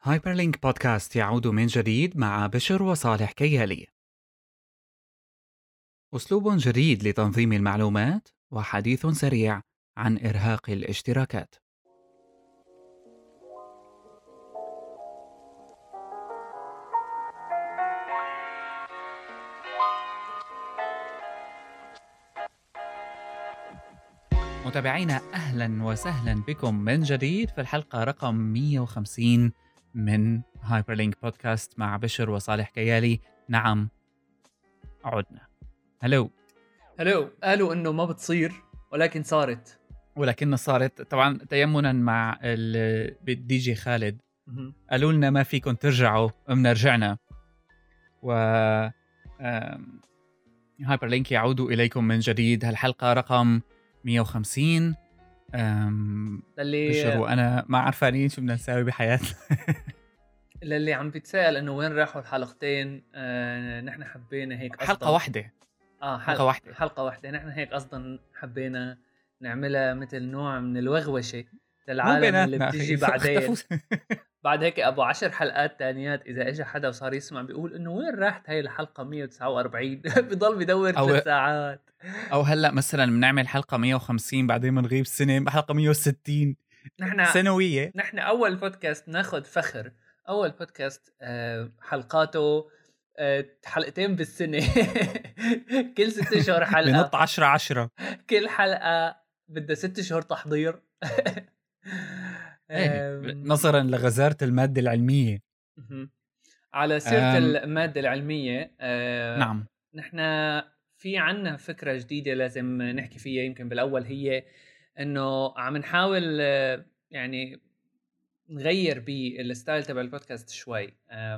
هايبرلينك بودكاست يعود من جديد مع بشر وصالح كيالي. أسلوب جديد لتنظيم المعلومات وحديث سريع عن إرهاق الاشتراكات. متابعينا أهلا وسهلا بكم من جديد في الحلقة رقم 150 من هايبرلينك بودكاست مع بشر وصالح كيالي. نعم، عدنا. هلو. قالوا انه ما بتصير ولكن صارت. ولكن صارت طبعا تيمنا مع الدي جي خالد. مهم. قالوا لنا ما فيكم ترجعوا، رجعنا. و هايبر لينك يعود إليكم من جديد، هالحلقة رقم 150. بشر للي وأنا ما عارفانين شو بدنا نساوي بحياتنا. للي عم بيتساءل انه وين راحوا الحلقتين، نحن حبينا هيك حلقة واحدة. حلقة واحدة. حلقة واحدة. نحن هيك قصدا حبينا نعملها مثل نوع من الوغوشة مو للعالم اللي بيناتنا بتيجي أخي، بعدين. اختفوا. بعد هيك ابو 10 حلقات تانيات اذا اجى حدا وصار يسمع بيقول انه وين راحت هاي الحلقة 149. بضل بدور أو 3 ساعات. أو هلا مثلا بنعمل حلقة 150 بعدين بنغيب سنة، حلقة 160 نحن سنوية. نحن اول بودكاست ناخذ فخر. اول بودكاست حلقاته حلقتين بالسنه. كل 6 شهور بنط حلقه. 10-10. كل حلقه بدها 6 شهور تحضير. ايه، آم، نظرا لغزارة المادة العلمية. مهم. على سيرة أم المادة العلمية، نعم. نحن في عنا فكرة جديدة لازم نحكي فيها. يمكن بالأول هي إنه عم نحاول يعني نغير بالستايل تبع البودكاست شوي.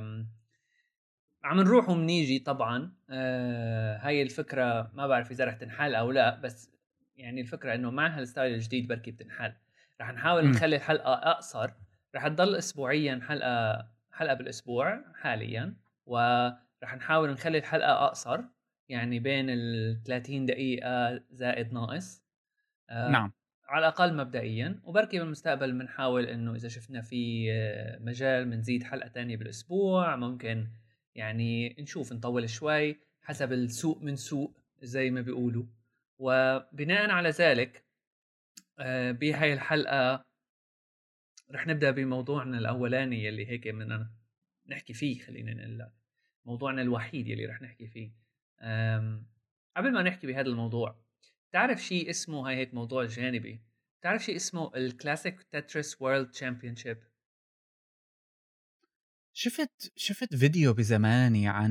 عم نروح ومنيجي طبعا. هاي الفكرة ما بعرف إذا رح تنحل أو لا، بس يعني الفكرة إنه مع هالستايل الجديد بركي بتنحل. رح نحاول أمم، نخلي الحلقة أقصر. رح تضل أسبوعيا حلقة بالأسبوع حاليا، ورح نحاول نخلي الحلقة أقصر، يعني بين 30 دقيقة زائد ناقص. آه، نعم. على الأقل مبدئيا، وبركي بالمستقبل بنحاول إنه إذا شفنا في مجال بنزيد حلقة تانية بالأسبوع. ممكن يعني نشوف نطول شوي حسب السوق من سوق زي ما بيقولوا. وبناء على ذلك بهاي الحلقة رح نبدأ بموضوعنا الأولاني يلي هيك بدنا نحكي فيه. خلينا نقول لك موضوعنا الوحيد يلي رح نحكي فيه. قبل ما نحكي بهذا الموضوع، تعرف شيء اسمه هاي هيك موضوع جانبي؟ تعرف شيء اسمه الكلاسيك تتريس وورلد تشامبيونشيب؟ شفت فيديو بزماني عن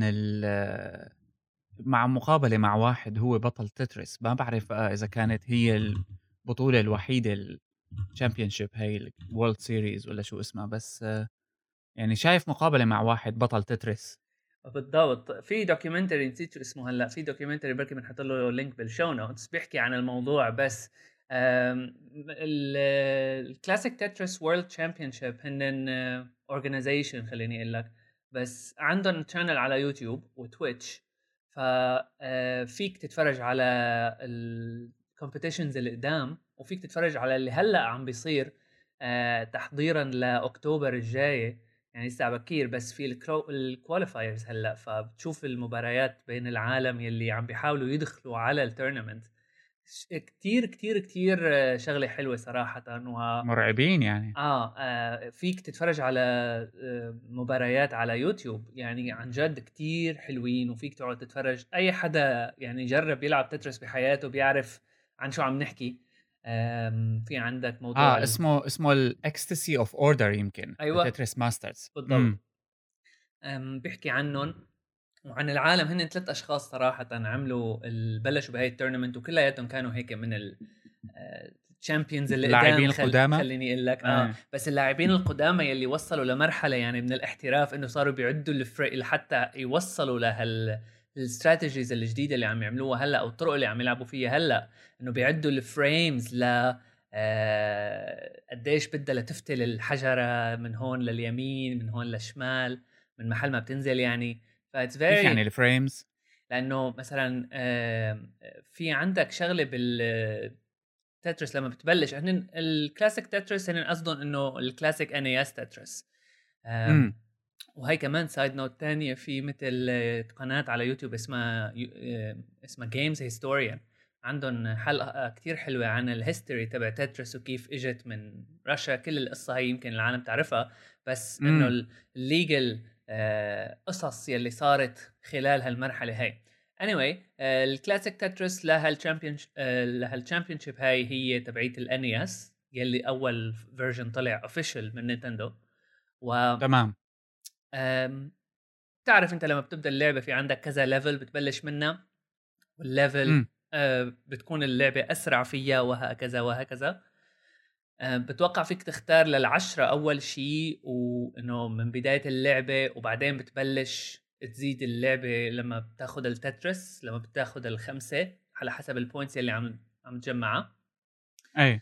مع مقابلة مع واحد هو بطل تترس، ما بعرف إذا كانت هي البطولة الوحيدة الشامبيونشيب، هي الورلد سيريز ولا شو اسمها، بس يعني شايف مقابلة مع واحد بطل تترس. بالضبط. في دوكيومنتري نسيت شو اسمه هلا، في دوكيومنتري بركي بنحط له لينك بالشو نوتس بيحكي عن الموضوع. بس الكلاسيك تتريس وورلد تشامبيونشيب هن اورجانيزيشن خليني اقول لك، بس عندهم شانل على يوتيوب وتويتش. ففيك تتفرج على الكومبيتيشنز اللي قدام، وفيك تتفرج على اللي هلا عم بيصير تحضيرا لاكتوبر الجاي. يعني لسه بكير، بس في الكواليفايرز هلا، فبتشوف المباريات بين العالم يلي عم بيحاولوا يدخلوا على التورنمنت. كتير كتير كتير شغله حلوه صراحه. مرعبين يعني. فيك تتفرج على مباريات على يوتيوب، يعني عن جد كتير حلوين. وفيك تقعد تتفرج، اي حدا يعني جرب يلعب تترس بحياته بيعرف عن شو عم نحكي. في عندك موضوع اسمه الاكستسي اوف اوردر، يمكن ايوه تترس ماسترز. بالضبط. بيحكي عنهم وعن العالم. هن 3 اشخاص صراحه عملوا بلشوا بهاي التورنمنت، وكلياتهم كانوا هيك من الشامبيونز اللي اللاعبين قدام. القدامى. خليني اقول لك آه. بس اللاعبين القدامى يلي وصلوا لمرحله يعني من الاحتراف، انه صاروا بيعدوا لحتى يوصلوا الاستراتيجيز الجديده اللي عم يعملوها هلا، او الطرق اللي عم يلعبوا فيها هلا، انه بيعدوا الفريمز ل قديش بدها لتفتل الحجره من هون لليمين، من هون للشمال، من محل ما بتنزل يعني. فاتس كيف يعني فيري، الفريمز؟ لانه مثلا في عندك شغله بالتترس لما بتبلش. هن الكلاسيك تترس هن قصدهم انه الكلاسيك NES تترس. امم وهي كمان سايد نوت تانية، في مثل قناة على يوتيوب اسمها اسمها جيمز هيستوريان، عندهم حلقة كتير حلوة عن الهيستوري تبع تترس وكيف اجت من رشا. كل القصة هي يمكن العالم تعرفها، بس انه الليجل قصص يلي صارت خلال هالمرحلة هاي. anyway الكلاسيك تترس لها الشامبيونشيب هاي هي تبعية الانياس يلي اول فيرجن طلع اوفيشال من نينتندو. و تمام. تعرف انت لما بتبدا اللعبه في عندك كذا ليفل بتبلش منها، والليفل امم بتكون اللعبه اسرع فيها وهكذا وهكذا. بتوقع فيك تختار لل10 اول شيء، وانه من بدايه اللعبه، وبعدين بتبلش تزيد اللعبه لما بتاخذ التترس، لما بتاخذ الخمسه على حسب البوينتس اللي عم تجمعها. اي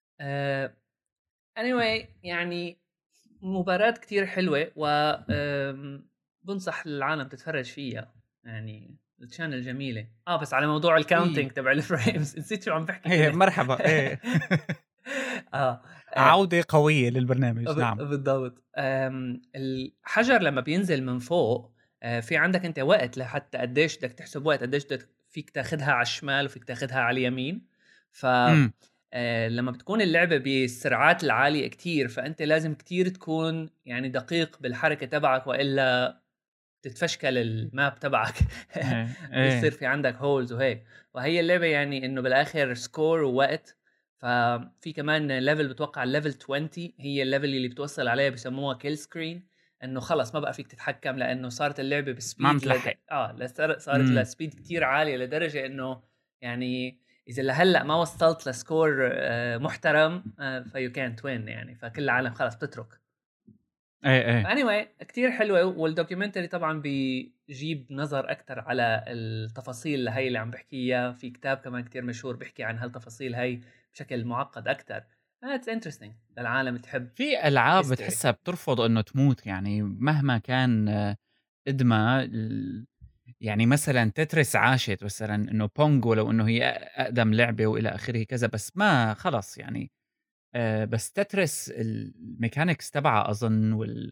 anyway يعني مباراة كتير حلوة، و بنصح العالم تتفرج فيها، يعني الشانل جميلة. بس على موضوع في الكاونتينج تبع الفريمز نسيت شو عم بحكي ايه كنت. مرحبا ايه اه عودة قوية للبرنامج. نعم. بالضبط. الحجر لما بينزل من فوق في عندك انت وقت لحتى قديش بدك تحسب وقت، قديش بدك فيك تاخدها على الشمال وفيك تاخدها على اليمين. ف امم لما بتكون اللعبة بالسرعات العالية كتير، فأنت لازم كتير تكون يعني دقيق بالحركة تبعك، وإلا تتفشكل الماب تبعك. ايه بيصير ايه في عندك هولز وهيك. وهي اللعبة يعني إنه بالآخر سكور ووقت. ففي كمان ليفل، بتوقع الليفل 20 هي الليفل اللي بتوصل عليها بسموها كيل سكرين، إنه خلص ما بقى فيك تتحكم، لأنه صارت اللعبة ما عم بسبيد تلحق. صارت لسبيد كتير عالية، لدرجة إنه يعني اذا لهلا ما وصلت لسكور محترم فيو كانت وين يعني، فكل العالم خلص بتترك. ايه ايه anyway كتير حلوه، والدوكيومنتري طبعا بيجيب نظر اكثر على التفاصيل اللي هي اللي عم بحكي اياها. في كتاب كمان كتير مشهور بيحكي عن هالتفاصيل هي بشكل معقد اكثر. اتس انترستينج للعالم تحب في العاب هيستوري. بتحسها بترفض انه تموت، يعني مهما كان ادمى يعني مثلا تترس عاشت، مثلا انه بونجو لو انه هي اقدم لعبه والى اخره كذا، بس ما خلص يعني. بس تترس الميكانكس تبعها اظن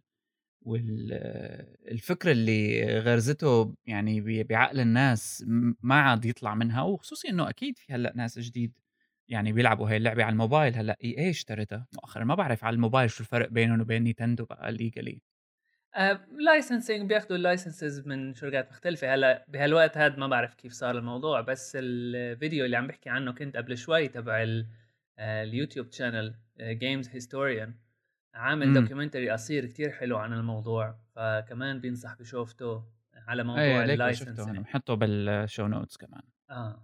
الفكر اللي غرزته يعني بعقل الناس ما عاد يطلع منها، وخصوصي انه اكيد في هلا ناس جديد يعني بيلعبوا هاي اللعبه على الموبايل. هلا اي اشتريتها مؤخرا، ما بعرف على الموبايل شو الفرق بينهم وبين نينتندو بقى ليجالي. لايسنسنج، بياخذوا اللايسنسز من شركات مختلفه. هلا بهالوقت هذا ما بعرف كيف صار الموضوع، بس الفيديو اللي عم بحكي عنه كنت قبل شوي تبع اليوتيوب شانل جيمز هيستوريان، عامل امم دوكيومنتري قصير كتير حلو عن الموضوع، فكمان بينصح بشوفته على ايه موضوع ليك شفته انا اللايسنسنج. بحطه بالشو نوتس كمان. اه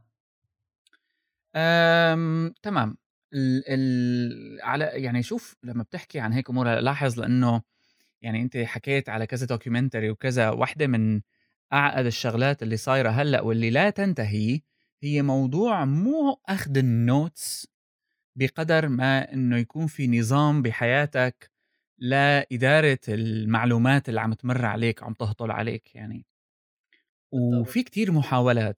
تمام. على يعني شوف لما بتحكي عن هيك امور لاحظ، لانه يعني انت حكيت على كذا دوكيومنتري وكذا، واحدة من اعقد الشغلات اللي صايرة هلا واللي لا تنتهي هي موضوع مو اخذ النوتس بقدر ما انه يكون في نظام بحياتك لإدارة المعلومات اللي عم تمر عليك، عم تهطل عليك يعني. بالضبط. وفي كتير محاولات،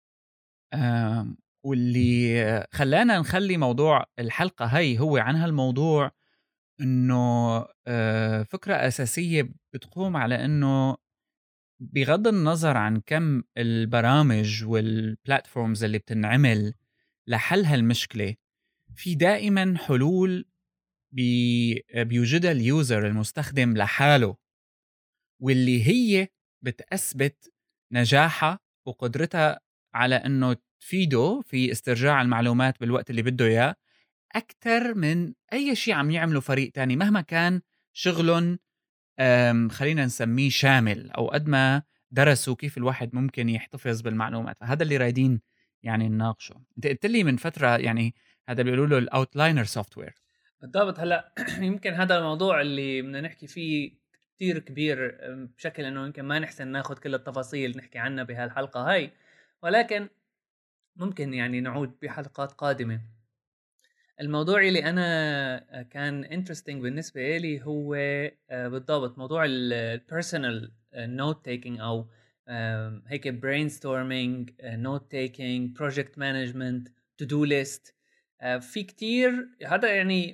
واللي خلانا نخلي موضوع الحلقة هي هو عن هالموضوع، إنه فكرة أساسية بتقوم على إنه بغض النظر عن كم البرامج والبلاتفورمز اللي بتنعمل لحل هالمشكلة، في دائما حلول بيوجدها اليوزر المستخدم لحاله، واللي هي بتأثبت نجاحها وقدرتها على إنه تفيده في استرجاع المعلومات بالوقت اللي بده إياه، أكتر من أي شيء عم يعمله فريق تاني مهما كان شغلهم خلينا نسميه شامل، أو قد ما درسوا كيف الواحد ممكن يحتفظ بالمعلومات. فهذا اللي رايدين يعني نناقشه. أنت قلت لي من فترة يعني هذا بيقولوا له الأوتلاينر سوفت وير. بالضبط. هلا يمكن هذا الموضوع اللي بدنا نحكي فيه كتير كبير، بشكل انه يمكن ما نحسن ناخذ كل التفاصيل نحكي عنها بهالحلقه هاي، ولكن ممكن يعني نعود بحلقات قادمه. الموضوع اللي انا كان انترستينج بالنسبه لي هو بالضبط موضوع البيرسونال نوت تيكينج، او هيك برين ستورمينج، نوت تيكينج، بروجكت مانجمنت، تو دو ليست. في كتير هذا يعني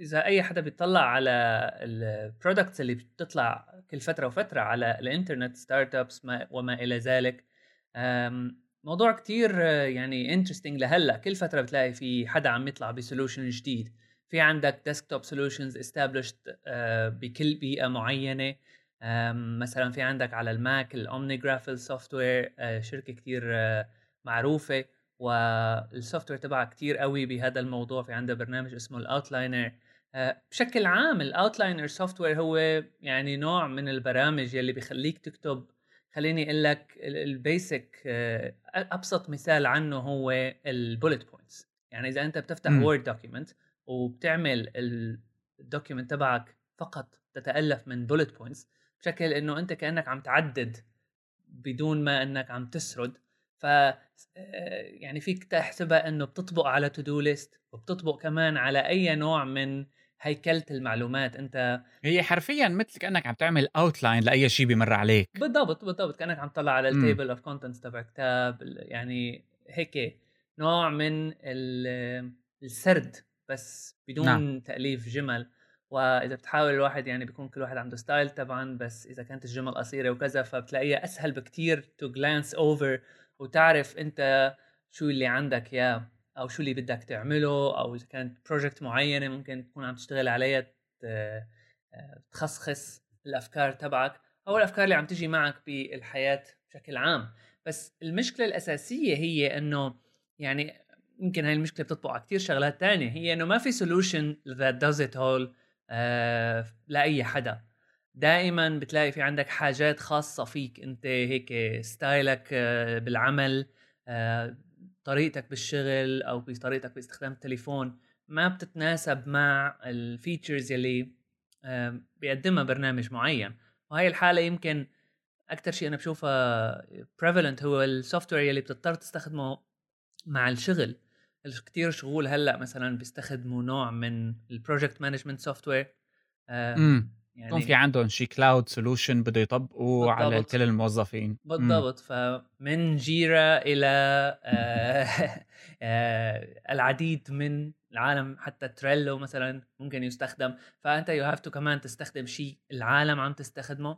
اذا اي حدا بيطلع على البرودكتس اللي بتطلع كل فتره وفتره على الانترنت، ستارت ابس وما الى ذلك، موضوع كتير يعني انترستينج. لهلا كل فتره بتلاقي في حدا عم يطلع بسولوشن جديد. في عندك ديسكتوب سولوشنز استابلشت بكل بيئه معينه. مثلا في عندك على الماك الاومنيجرافل سوفت وير، شركه كتير معروفه، والسوفت وير تبعها كتير قوي بهذا الموضوع. في عنده برنامج اسمه الاوتلاينر. بشكل عام الاوتلاينر سوفت وير هو يعني نوع من البرامج يلي بيخليك تكتب. خليني اقول لك البيسك، ابسط مثال عنه هو البوليت بوينتس. يعني اذا انت بتفتح امم وورد دوكيمنت وبتعمل الدوكيمنت تبعك فقط تتالف من بوليت بوينتس، بشكل انه انت كانك عم تعدد بدون ما انك عم تسرد. ف يعني فيك تحسبها انه بتطبق على تو دو ليست، وبتطبق كمان على اي نوع من هيكلة المعلومات. انت هي حرفيا مثل كأنك عم تعمل اوتلاين لأي شيء بيمر عليك. بالضبط كانك عم تطلع على امم التيبل اوف كونتنتس تبع كتاب، يعني هيك نوع من السرد بس نعم. بدون تأليف جمل. واذا بتحاول الواحد، يعني بيكون كل واحد عنده ستايل طبعا، بس اذا كانت الجمل قصيره وكذا فبتلاقيها اسهل بكتير تو جلانس اوفر، وتعرف انت شو اللي عندك يا او شو اللي بدك تعمله، او اذا كانت بروجكت معينه ممكن تكون عم تشتغل عليها تخصخص الافكار تبعك او الافكار اللي عم تجي معك بالحياه بشكل عام. بس المشكله الاساسيه هي انه، يعني يمكن هاي المشكله بتطبق على كثير شغلات تانية، هي انه ما في solution that does it all لاي حدا. دائما بتلاقي في عندك حاجات خاصه فيك انت، هيك ستايلك بالعمل، طريقتك بالشغل او بطريقتك باستخدام التليفون ما بتتناسب مع الفيتشرز يلي بيقدمها برنامج معين. وهي الحالة يمكن أكتر شيء أنا بشوفها prevalent هو السوفت وير يلي بتضطر تستخدمه مع الشغل. كتير شغول هلا مثلا بيستخدموا نوع من البروجكت مانجمنت سوفت وير. امم يكون في يعني عندهم شي كلاود سولوشن بده يطبقوا على بالضبط كل الموظفين. بالضبط فمن جيرا إلى العديد من العالم، حتى تريلو مثلا ممكن يستخدم. فأنت you have to كمان تستخدم شيء العالم عم تستخدمه.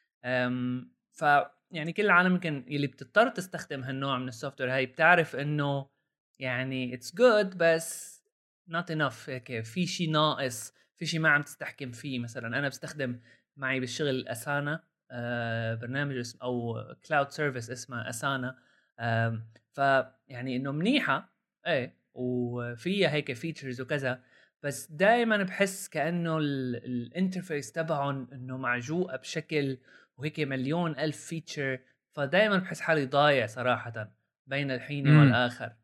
ف يعني كل العالم يمكن اللي بتضطر تستخدم هالنوع من السوفت وير هاي بتعرف انه يعني it's good بس not enough. هيك في شيء ناقص، في شيء ما عم تستحكم فيه. مثلا انا بستخدم معي بالشغل اسانا، برنامج او كلاود سيرفيس اسمه اسانا. ف يعني انه منيحه ايه وفيها هيك فيتشرز وكذا، بس دائما بحس كانه الانترفيس تبعهم انه معجوقه بشكل، وهيك مليون الف فيتشر. فدائما بحس حالي ضايع صراحه بين الحين امم والاخر.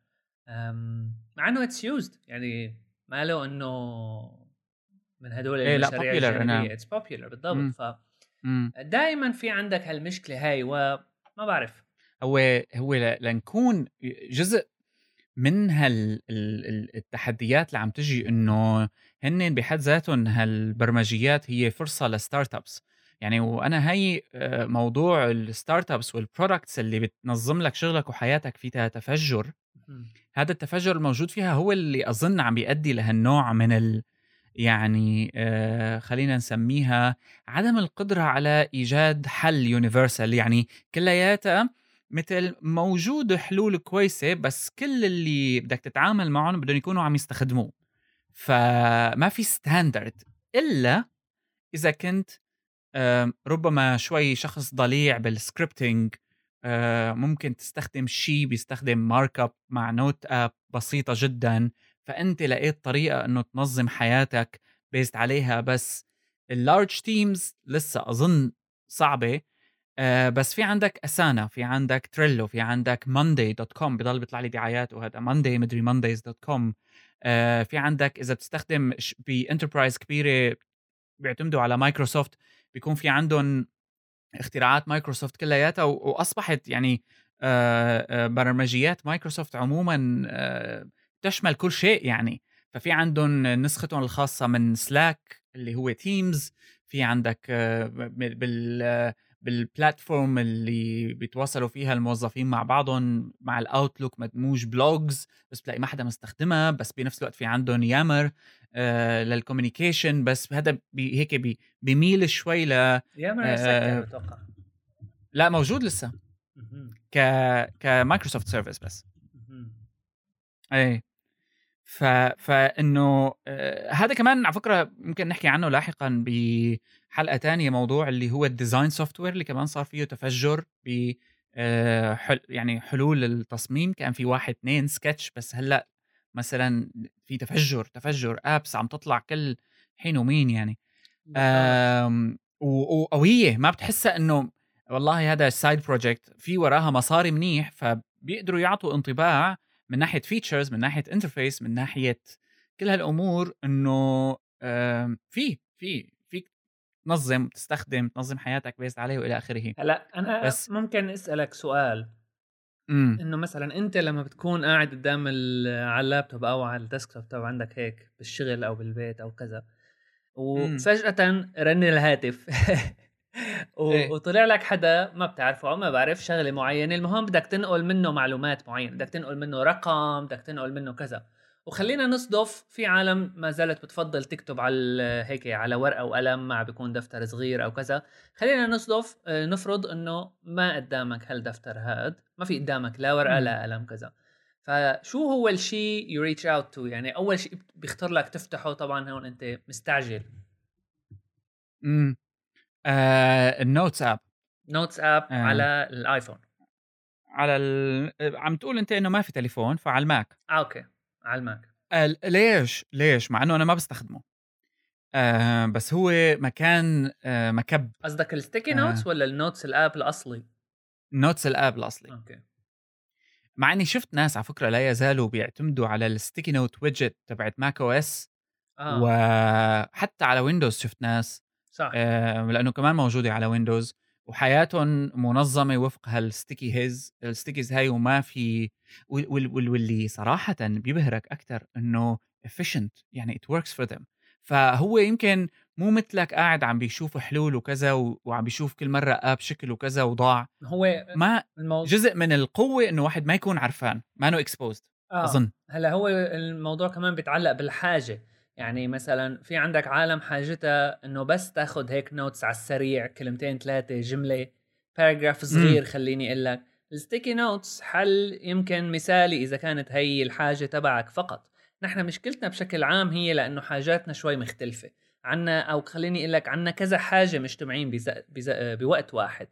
مع انه اتس يوزد، يعني ما له انه من هدول ايه لا المشاريع بوبيلر انا. الجانبيه اتس بوبيلر بالضبط. امم امم فدائما في عندك هالمشكله هاي، وما بعرف. هو لنكون جزء من التحديات اللي عم تجي انه هن بحد ذاتهم هالبرمجيات هي فرصه لستارت ابس. يعني وانا هي موضوع الستارت ابس والبرودكتس اللي بتنظم لك شغلك وحياتك فيها تفجر. مم. هذا التفجر الموجود فيها هو اللي اظن عم بيؤدي لهالنوع من يعني خلينا نسميها عدم القدرة على إيجاد حل يونيفرسال. يعني كلياتها مثل موجود حلول كويسة بس كل اللي بدك تتعامل معهم بدهم يكونوا عم يستخدموه. فما في ستاندرد إلا إذا كنت ربما شوي شخص ضليع بالسكريبتينج. ممكن تستخدم شيء بيستخدم مارك اب مع نوت اب بسيطة جدا، فأنت لقيت طريقة أنه تنظم حياتك بيست عليها. بس اللارج تيمز لسه أظن صعبة. بس في عندك أسانا، في عندك تريلو، في عندك monday.com بضل بيطلع لي دعايات وهذا monday مدري mondays.com. في عندك إذا بتستخدم بانتربرايز كبيرة بيعتمدوا على مايكروسوفت، بيكون في عندهم اختراعات مايكروسوفت كلياتها واصبحت يعني برمجيات مايكروسوفت عموما تشمل كل شيء يعني. ففي عندهم نسختهم الخاصه من سلاك اللي هو تيمز، في عندك بالبلاتفورم اللي بيتواصلوا فيها الموظفين مع بعضهم مع الاوتلوك مدموج بلوجز، بس بتلاقي ما حدا مستخدمها، بس بنفس الوقت في عندهم يامر للكوميونيكيشن، بس هذا هيك بيميل شوي ل يا ما سكر آه، اتوقع. لا موجود لسه مهم. ك كمايكروسوفت سيرفيس بس. مهم. ايه فانه هذا كمان على فكره ممكن نحكي عنه لاحقا بحلقه تانية، موضوع اللي هو الديزاين سوفت وير اللي كمان صار فيه تفجر ب يعني حلول التصميم. كان في واحد اثنين سكتش، بس هلا مثلا في تفجر ابس عم تطلع كل حين ومين يعني. بالضبط. وقويه ما بتحسها انه والله هذا سايد بروجكت في وراها مصاري منيح، فبيقدروا يعطوا انطباع من ناحيه فيتشرز، من ناحيه انترفيس، من ناحيه كل هالامور انه فيك تنظم، تستخدم، تنظم حياتك بيست عليه والى اخره. هلا انا بس ممكن اسالك سؤال، امم انه مثلا انت لما بتكون قاعد قدام على اللابتوب او على الديسكتوب تبع عندك هيك بالشغل او بالبيت او كذا، امم وفجأة رن الهاتف ايه وطلع لك حدا ما بتعرفه او ما بعرف شغله معينه، المهم بدك تنقل منه معلومات معينه، بدك تنقل منه رقم، بدك تنقل منه كذا. وخلينا نصدف في عالم ما زالت بتفضل تكتب على هيك على ورقه وقلم، مع بيكون دفتر صغير او كذا. خلينا نصدف نفرض انه ما قدامك هالدفتر هاد، ما في قدامك لا ورقه امم لا قلم كذا. فشو هو الشيء you reach out to؟ يعني اول شيء بيختار لك تفتحه، طبعا هون انت مستعجل. امم النوتس اب. نوتس اب آه على الايفون. على عم تقول انت انه ما في تليفون فعلى الماك. اوكي، على الماك. ليش مع انه انا ما بستخدمه؟ بس هو مكان مكب. قصدك الستيكي آه نوتس ولا النوتس الاب الاصلي؟ نوتس الاب الاصلي. اوكي. مع اني شفت ناس على فكره لا يزالوا بيعتمدوا على الستيكي نوت ويدجت تبعت ماك او اس، اه وحتى على ويندوز شفت ناس صح. لانه كمان موجوده على ويندوز، وحياتهم منظمه وفق الستيكيز هاي، وما في واللي صراحه بيبهرك اكثر انه efficient، يعني it works for them. فهو يمكن مو مثلك قاعد عم بيشوف حلول وكذا وعم بيشوف كل مره اب شكل وكذا وضاع. هو ما الموضوع جزء من القوه انه واحد ما يكون عرفان، ما نو exposed اظن. هلا هو الموضوع كمان بيتعلق بالحاجه. يعني مثلا في عندك عالم حاجتها انه بس تاخذ هيك نوتس على السريع، كلمتين ثلاثه جمله، باراجراف امم صغير. خليني اقول لك الستيكي نوتس حل يمكن مثالي اذا كانت هي الحاجه تبعك فقط. نحن مشكلتنا بشكل عام هي لانه حاجاتنا شوي مختلفه عنا، او خليني اقول لك عنا كذا حاجه مجتمعين بوقت واحد.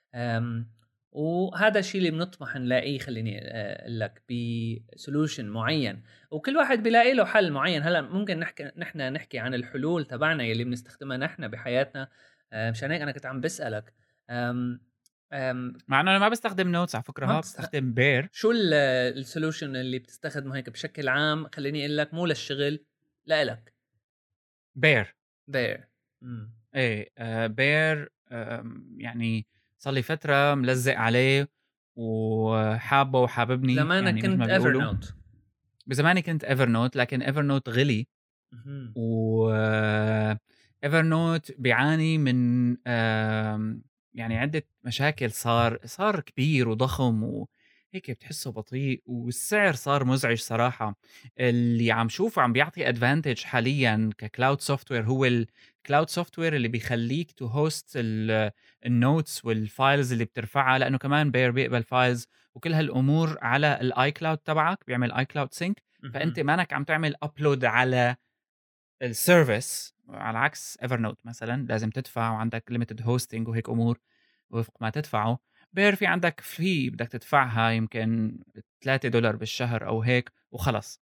وهذا الشيء اللي بنطمح نلاقيه، خليني اقول لك بسولوشن معين، وكل واحد بيلاقي له حل معين. هلا ممكن نحكي عن الحلول تبعنا يلي بنستخدمها نحن بحياتنا. مشان هيك انا كنت عم بسألك، أم أم مع انه انا ما بستخدم نوتس على فكره، ما بتست... بستخدم بير. شو السولوشن اللي بتستخدمه هيك بشكل عام؟ خليني اقول لك مو للشغل، لا لك. بير بير. ايه بير. يعني صار لي فتره ملزق عليه وحابه وحاببني، زمانك يعني مثل ما كنت ايفر بيقولوا. نوت. بزماني كنت ايفر نوت، لكن ايفر نوت غلي، و ايفر نوت بيعاني من يعني عدة مشاكل. صار كبير وضخم وهيك بتحسه بطيء، والسعر صار مزعج صراحة. اللي عم شوفه عم بيعطي ادفانتج حاليا ككلاود سوفت وير هو الكلاود سوفت وير اللي بيخليك تو هوست النوتس والفايلز اللي بترفعها، لانه كمان بير بيقبل فايلز وكل هالامور على الاي كلاود تبعك، بيعمل اي كلاود سينك. فانت مانك عم تعمل ابلود على السيرفيس، على عكس ايفر نوت مثلا لازم تدفع وعندك ليميتد هوستنج وهيك امور وفق ما تدفعه. بير في عندك في بدك تدفعها يمكن $3 بالشهر او هيك وخلص.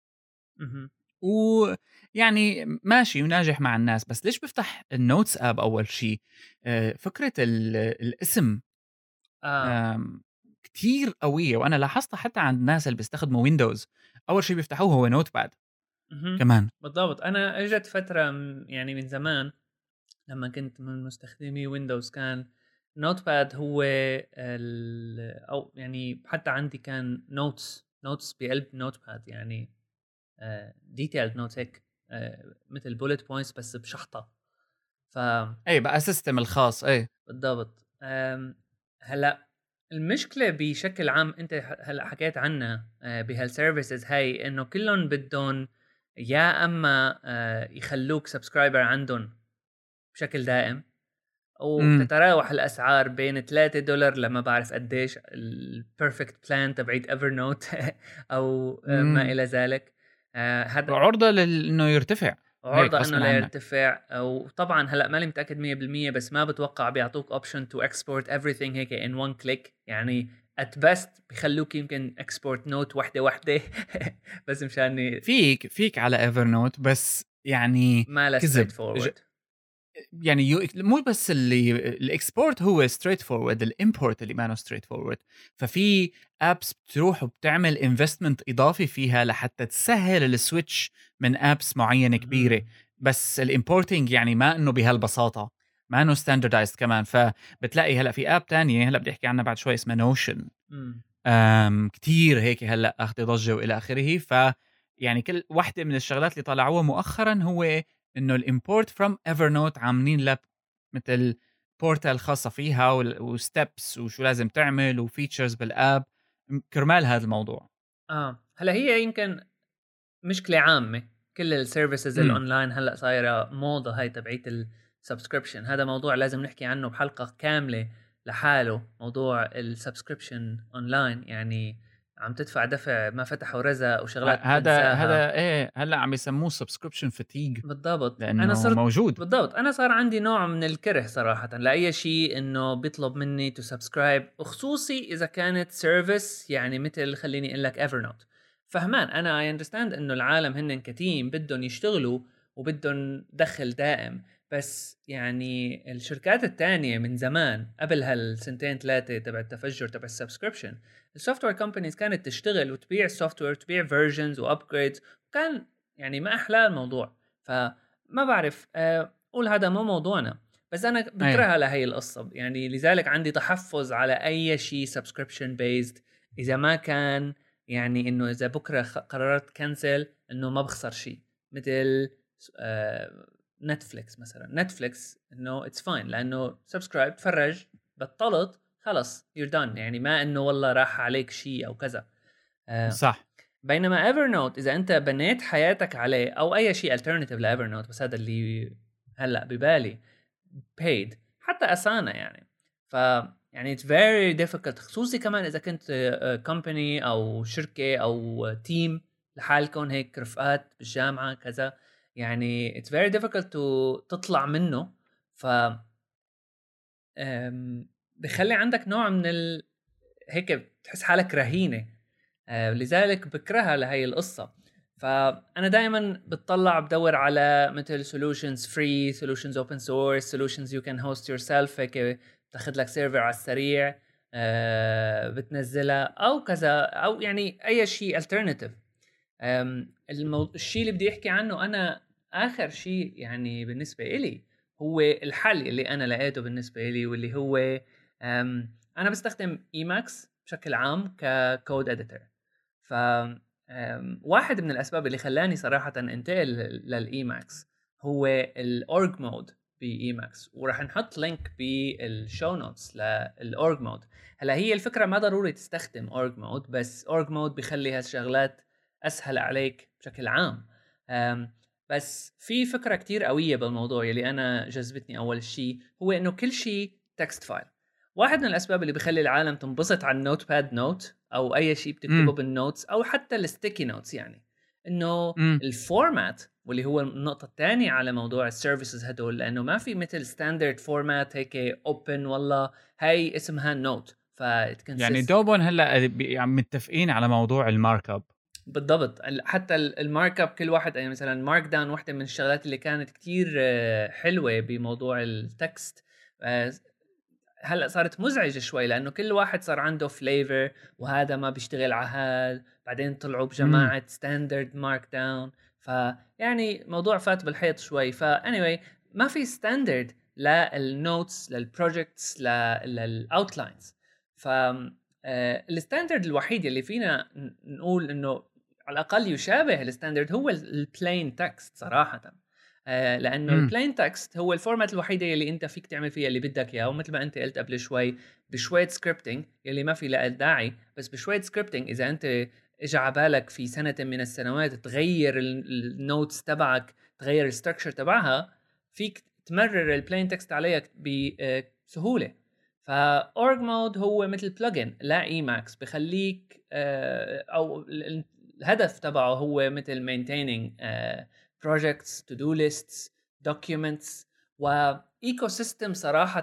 ويعني ماشي وناجح مع الناس. بس ليش بفتح النوتس اب اول شيء؟ فكره الاسم اه كتير قويه، وانا لاحظتها حتى عند الناس اللي بيستخدموا ويندوز، اول شيء بيفتحوه هو نوت باد كمان. بالضبط. انا اجت فتره يعني من زمان لما كنت من مستخدمي ويندوز، كان نوت باد هو او يعني حتى عندي كان نوتس بقلب نوت باد، يعني ديتيلد نوت هيك، مثل بولت بوينتس بس بشحطه. ف اي بقى سيستم الخاص. اي بالضبط. هلأ المشكلة بشكل عام أنت هلأ حكيت عنها بهالسيرفيسز هاي إنه كلّن بدّن يا أمّا يخلّوك subscriber عندن بشكل دائم، امم وبتتراوح الأسعار بين $3 لما بعرف قديش البيرفكت بلان تبعيت ايفرنوت أو ما امم إلى ذلك. هذا وعرضة انه يرتفع هيك عرضة إنه غصب لا عنك. يرتفع. وطبعًا هلأ ماني متأكد 100% بس ما باتوقع بيعطوك option to export everything هيك in one click، يعني at best بيخلّوك يمكن export note وحدة بس مشان فيك على ايفر نوت، بس يعني ما لها straight كذب forward. يعني مو بس اللي الاكسبورت هو ستريت فورورد، الامبورت اللي ما ستريت فورورد. ففي ابس بتروح وبتعمل انفستمنت اضافي فيها لحتى تسهل السويتش من ابس معينه كبيره. اهم. بس الامبورتنج يعني ما انه بهالبساطه، ما انه ستاندردايزد كمان. فبتلاقي هلا في اب تانية هلا بدي احكي عنها بعد شوي اسمها نوشن. إمم. كتير هيك هلا اخذ ضجه والى اخره. يعني كل وحده من الشغلات اللي طلعوها مؤخرا هو انه الامبورت فروم ايفرنوت عاملين لك مثل بورتال خاصه فيها وستبس وشو لازم تعمل وفيتشرز بالاب كرمال هذا الموضوع. هلأ هي يمكن مشكلة عامة، كل السيرفيسز امم الأونلاين هلأ صايرة موضة هاي تبعية السبسكريبشن. هذا موضوع لازم نحكي عنه بحلقة كاملة لحاله، موضوع السبسكريبشن أونلاين، يعني عم تدفع دفع ما فتح ورزق وشغلات بتنساها. هذا ايه هلا عم يسموه سبسكريبشن فتيج بالضبط. أنا لانه صرت موجود. بالضبط، أنا صار عندي نوع من الكره صراحةً لأي شيء إنه بيطلب مني to subscribe، وخصوصي إذا كانت service يعني مثل خلّيني أقول لك evernote. فهمان أنا I understand إنه العالم هنن كteam بدّن يشتغلوا وبدّن دخل دائم، بس يعني الشركات التانية من زمان قبل هالسنتين 3 تبع التفجُّر تبع الsubscription، الsoftware companies كانت تشتغل وتبيع الsoftware وتبيع versions وupgrades، وكان يعني ما أحلاه الموضوع. فما بعرف قُل هذا مو موضوعنا، بس أنا ايه باكرهها لهي القصة، يعني لذلك عندي تحفُّظ على أي شيء subscription based إذا ما كان يعني إنه إذا بكرة قررت cancel إنه ما باخسر شيء، مثل Netflix مثلًا. Netflix إنه it's fine لأنه subscribe تفرّج، بطّلت خلص you're done، يعني ما إنه والله راح عليك شيء أو كذا. آآ صح. بينما Evernote إذا أنت بنيت حياتك عليه أو أي شيء alternative لEvernote، بس هذا اللي هلأ ببالي paid، حتى Asana يعني. ف يعني it's very difficult، خصوصي كمان إذا كنت company أو شركة أو team لحالكم هيك رفقات بالجامعة كذا، يعني it's very difficult to تطلع منه. ف بيخلّي عندك نوع من هيك بتحس حالك رهينة. لذلك باكرهها لهي القصة. فأنا دايمًا باتطلّع بادوّر على مثل solutions free، solutions open source، solutions you can host yourself، هيك بتاخد لك server على السريع بتنزّلها أو كذا، أو يعني أي شيء alternative. الشيء اللي بدي أحكي عنه أنا آخر شيء يعني بالنسبة إلي هو الحل اللي أنا لقيته بالنسبة إلي، واللي هو أنا باستخدم Emacs بشكل عام كcode editor. ف واحد من الأسباب اللي خلّاني صراحةً انتقل للEmacs هو الorg mode بEmacs، وراح نحط link بالshow notes للorg mode. هلأ هي الفكرة ما ضروري تستخدم org mode، بس org mode بيخلّي هالشغلات أسهل عليك بشكل عام. بس في فكرة كتير قوية بالموضوع يلي أنا جذبتني. أول شيء هو إنه كل شيء text file. واحد من الأسباب اللي بيخلّي العالم تنبسط على النوت باد نوت أو أي شيء بتكتبه امم بالنوتس أو حتى الsticky notes، يعني إنه امم الفورمات، واللي هو النقطة الثانية على موضوع السيرفيسز هدول، لأنه ما في مثل ستاندرد فورمات هيك open والله هاي اسمها نوت فit يعني consists. دوبهم هلا عم متفقين على موضوع المارك اب. بالضبط. حتى المارك اب كل واحد، يعني مثلا مارك داون واحدة من الشغلات اللي كانت كتير حلوة بموضوع التكست. هلأ صارت مزعجة شوي لأنه كل واحد صار عنده flavor، وهذا ما بيشتغل على هاد، بعدين طلعوا امم بجماعة standard markdown. فيعني موضوع فات بالحيط شوي. anyway ما في standard للنوتس للبروجكتس للأوتلاينز. ف الستاندرد الوحيد اللي فينا نقول انه على الاقل يشابه الستاندرد هو البلين تكست صراحة. لانه البلين تكست هو الفورمات الوحيده اللي انت فيك تعمل فيها اللي بدك اياه، ومثل ما انت قلت قبل شوي بشويه سكريبتنج يلي ما في له داعي، بس بشويه سكريبتنج اذا انت اجى على بالك في سنه من السنوات تغير النوتس تبعك، تغير الستركشر تبعها، فيك تمرر البلين تكست عليها بسهوله. فاورج مود هو مثل بلجن لا ايماكس بخليك او الهدف تبعه هو مثل maintaining projects, to-do lists, documents وايكو سيستم صراحه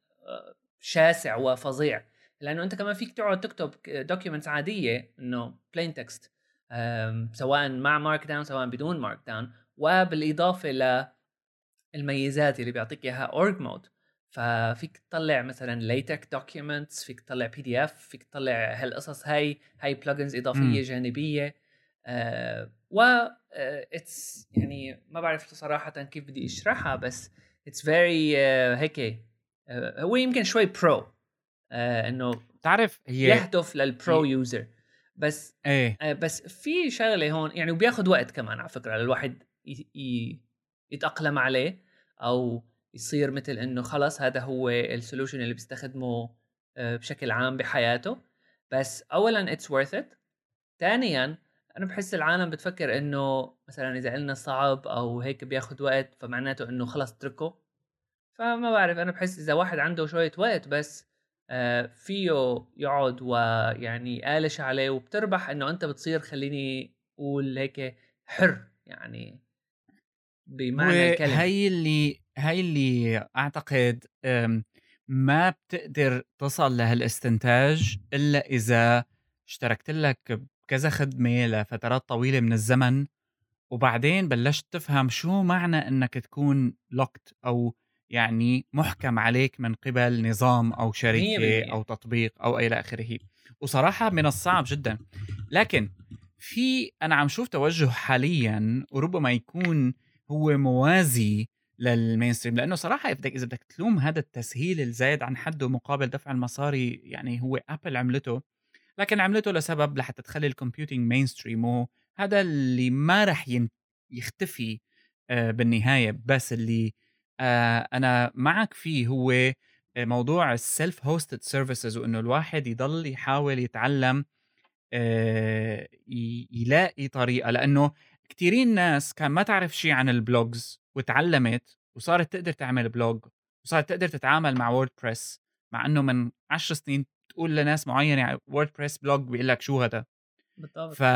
شاسع وفظيع، لانه انت كمان فيك تقعد تكتب documents عاديه انه plain text سواء مع مارك داون سواء بدون مارك داون، وبالاضافه للميزات اللي بيعطيك اياها اورج مود. ففيك تطلع مثلا ليتك دوكيومنتس، فيك تطلع بي دي اف، فيك تطلع هالقصص هاي بلجنز اضافيه جانبيه. و اتس يعني ما بعرف صراحه كيف بدي اشرحها، بس اتس فيري هيك هو يمكن شوي برو انه تعرف هي يهدف للبرو يوزر، بس ايه بس في شغله هون يعني، وبياخذ وقت كمان على فكره للواحد يتاقلم عليه او يصير مثل انه خلص هذا هو السولوشن اللي بيستخدمه بشكل عام بحياته. بس اولا اتس worth it، ثانيا انا بحس العالم بتفكر انه مثلا اذا قلنا صعب او هيك بياخد وقت فمعناته انه خلص اتركه. فما بعرف، انا بحس اذا واحد عنده شوية وقت بس فيه يقعد ويعني قالش عليه وبتربح انه انت بتصير خليني اقول هيك حر يعني هو بمعنى الكلمة. هاي اللي اعتقد ما بتقدر تصل لهالاستنتاج الا اذا اشتركت لك بكذا خدمة لفترات طويلة من الزمن، وبعدين بلشت تفهم شو معنى انك تكون لوكت او يعني محكم عليك من قبل نظام او شركة 100% او تطبيق او الى اخره. وصراحة من الصعب جدا، لكن انا عم شوف توجه حاليا وربما يكون هو موازي للمينستريم، لانه صراحة اذا بدك تلوم هذا التسهيل الزايد عن حده مقابل دفع المصاري، يعني هو ابل عملته، لكن عملته لسبب لحتى تخلي الكمبيوتينج مينستريم، وهذا اللي ما رح يختفي بالنهاية. بس اللي أنا معك فيه هو موضوع السيلف هوستد سيرفيسز، وإنه الواحد يضل يحاول يتعلم يلاقي طريقة، لأنه كتيرين ناس كان ما تعرف شيء عن البلوجز وتعلمت وصارت تقدر تعمل بلوج وصارت تقدر تتعامل مع ووردبريس، مع إنه من 10 سنين تقول لناس معينة ووردبريس بلوج بيقول لك شو هذا. بالضبط. ف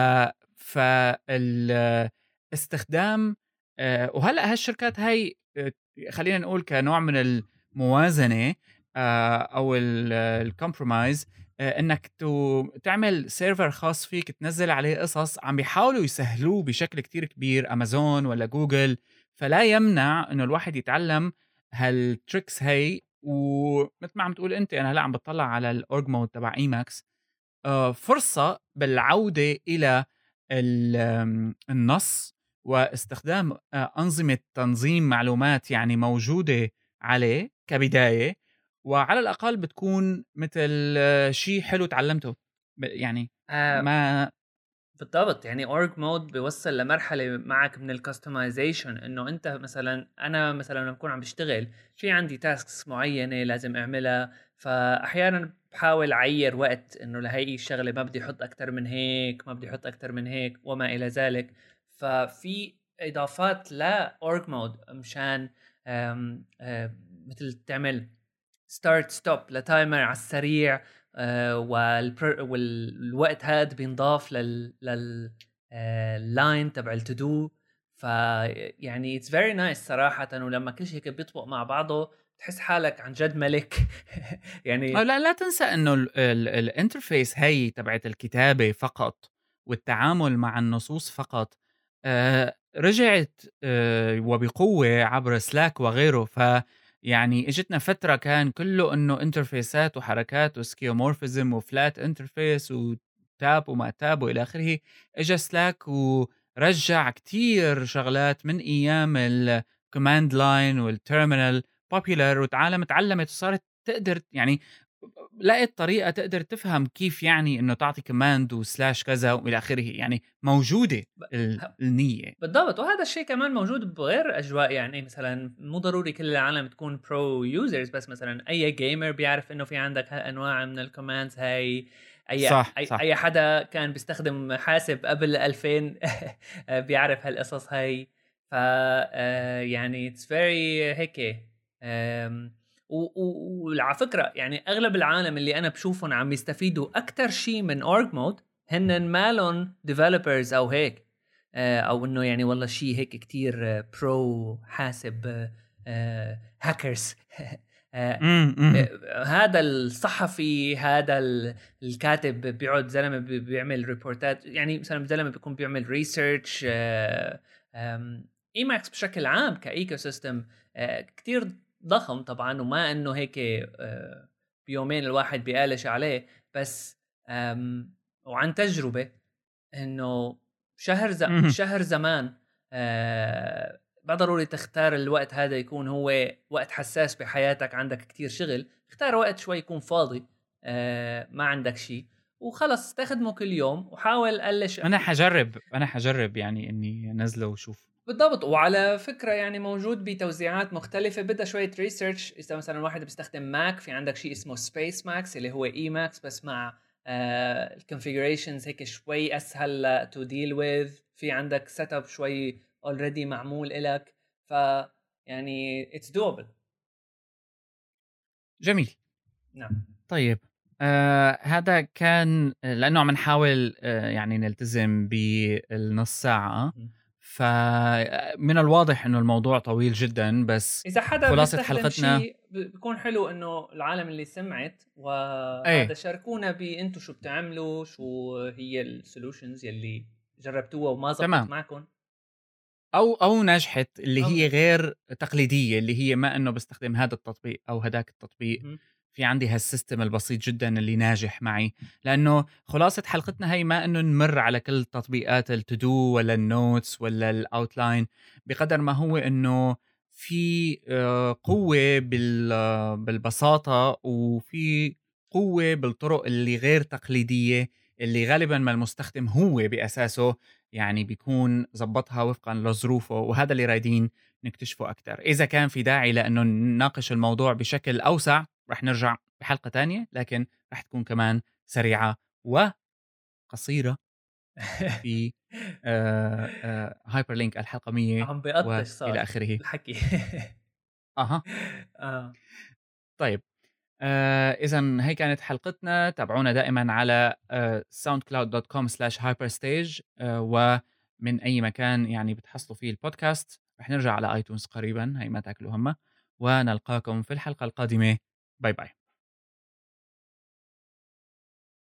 استخدام وهلأ هالشركات هاي خلّينا نقول كنوع من الموازنة أو الcompromise، إنّك تعمل server خاص فيك تنزّل عليه قصص عم بيحاولوا يسهّلوه بشكل كتير كبير أمازون والّا جوجل، فلا يمنع إنه الواحد يتعلّم هالtricks هاي. ومتل ما عم تقول أنت، أنا هلأ عم باتطلّع على الorg mode تبع Emacs، فرصة بالعودة إلى النص واستخدام أنظمة تنظيم معلومات يعني موجودة عليه كبداية، وعلى الأقل بتكون مثل شيء حلو تعلمته يعني آه ما بالضبط، يعني اورج مود بيوصل لمرحله معك من الكستمايزيشن، انه انت مثلا انا مثلا لما بكون عم بشتغل في عندي تاسكس معينه لازم اعملها، فاحيانا بحاول اعير وقت انه لهي الشغله ما بدي احط اكثر من هيك، ما بدي احط اكثر من هيك وما الى ذلك. ففي اضافات لاورج مود مشان مثل تعمل ستارت ستوب لتايمر على السريع، والوقت هذا بينضاف اللاين تبع التو دو. فيعني اتس فيري نايس صراحه، ولما كل شيء هيك بيطبق مع بعضه تحس حالك عن جد ملك. يعني لا تنسى إنه الinterface هي تبعة الكتابة فقط والتعامل مع النصوص فقط رجعت وبقوة عبر Slack وغيره. فيعني إجتنا فترة كان كله إنه انترفيسات وحركات وسكيومورفيزم وفلات انترفيس وتاب وما تاب وإلى آخره. إجا Slack ورجع كتير شغلات من أيام الكوماند لاين والتيرمينال popular، والعالم تعلمت وصارت تقدر يعني لقيت طريقة تقدر تفهم كيف يعني إنه تعطي كوماند وسلاش كذا وإلى آخره، يعني موجودة ب ه النية. بالضبط، وهذا الشيء كمان موجود بغير أجواء، يعني مثلًا مو ضروري كل العالم تكون pro users، بس مثلًا أي gamer بيعرف إنه في عندك هالأنواع من الcommands هاي. صح، صح. أي حدا كان بيستخدم حاسب قبل 2000 بيعرف هالقصص هاي. ف يعني it's very هيك. وعلى فكرة يعني أغلب العالم اللي أنا باشوفهم عم يستفيدوا أكتر شي من org mode هنن مالن developers أو هيك. أو إنه يعني والله شيء هيك كتير برو حاسب هاكرز. إمم. هذا الصحفي، هذا الكاتب بيقعد زلمه بيعمل ريبورتات، يعني مثلا زلمه بيكون بيعمل ريسيرش. ايماكس بشكل عام كايكو سيستم كتير ضخم طبعا، وما انه هيك بيومين الواحد بيقالش عليه. بس وعن تجربه انه اهم. شهر زمان ما ضروري تختار الوقت هذا يكون هو وقت حساس بحياتك، عندك كتير شغل، اختار وقت شوي يكون فاضي ما عندك شيء، وخلص استخدمه كل يوم وحاول قلش. أنا حاجرّب يعني إنّي أنزّله وأشوف. بالضبط. وعلى فكرة يعني موجود بتوزيعات مختلفة، بدها شوية ريسيرش. إذا مثلا واحد بيستخدم ماك، في عندك شيء اسمه سبيس ماكس اللي هو اي ماكس، بس مع الكونفيجريشنز هيك شوي أسهل تو ديل وذ. في عندك سيت اب شوي اوريدي معمول إلك، ف يعني اتس دوبل. جميل. نعم. طيب، هذا كان لإنه عم نحاول يعني نلتزم بالنُص ساعة، م. فمن الواضح إنه الموضوع طويل جدًا، بس إذا حدا خلاصة بيستخدم حلقتنا شيء بيكون حلو إنه العالم اللي سمعت وهذا إيه، شاركونا بأنتوا شو بتعملوا، شو هي السولوشنز يلي جربتوها وما زبطت تمام. معكم. أو نجحت اللي أو هي نجحت. غير تقليدية، اللي هي ما إنه باستخدم هذا التطبيق أو هداك التطبيق، مهم. في عندي هالسيستم البسيط جدًا اللي ناجح معي. لإنه خلاصة حلقتنا هي ما إنه نمر على كل تطبيقات الTo do ولا الNotes ولا الOutline، بقدر ما هو إنه في قوة بالبساطة، وفي قوة بالطرق اللي غير تقليدية، اللي غالبًا ما المستخدم هو بأساسه يعني بيكون ضبّطها وفقًا لظروفه، وهذا اللي رايدين نكتشفه أكتر. إذا كان في داعي لإنه نناقش الموضوع بشكل أوسع، رح نرجع بحلقة تانية، لكن رح تكون كمان سريعة وقصيرة في hyperlink الحلقة 100 عم بيقطش وإلى صار آخره. الحكي. أها. آه. طيب، إذًا هي كانت حلقتنا. تابعونا دائمًا على soundcloud.com/hyperstage، ومن أي مكان يعني بتحصلوا فيه البودكاست. رح نرجع على iTunes قريبًا، هي ما تاكلوا همّها، ونلقاكم في الحلقة القادمة. باي باي.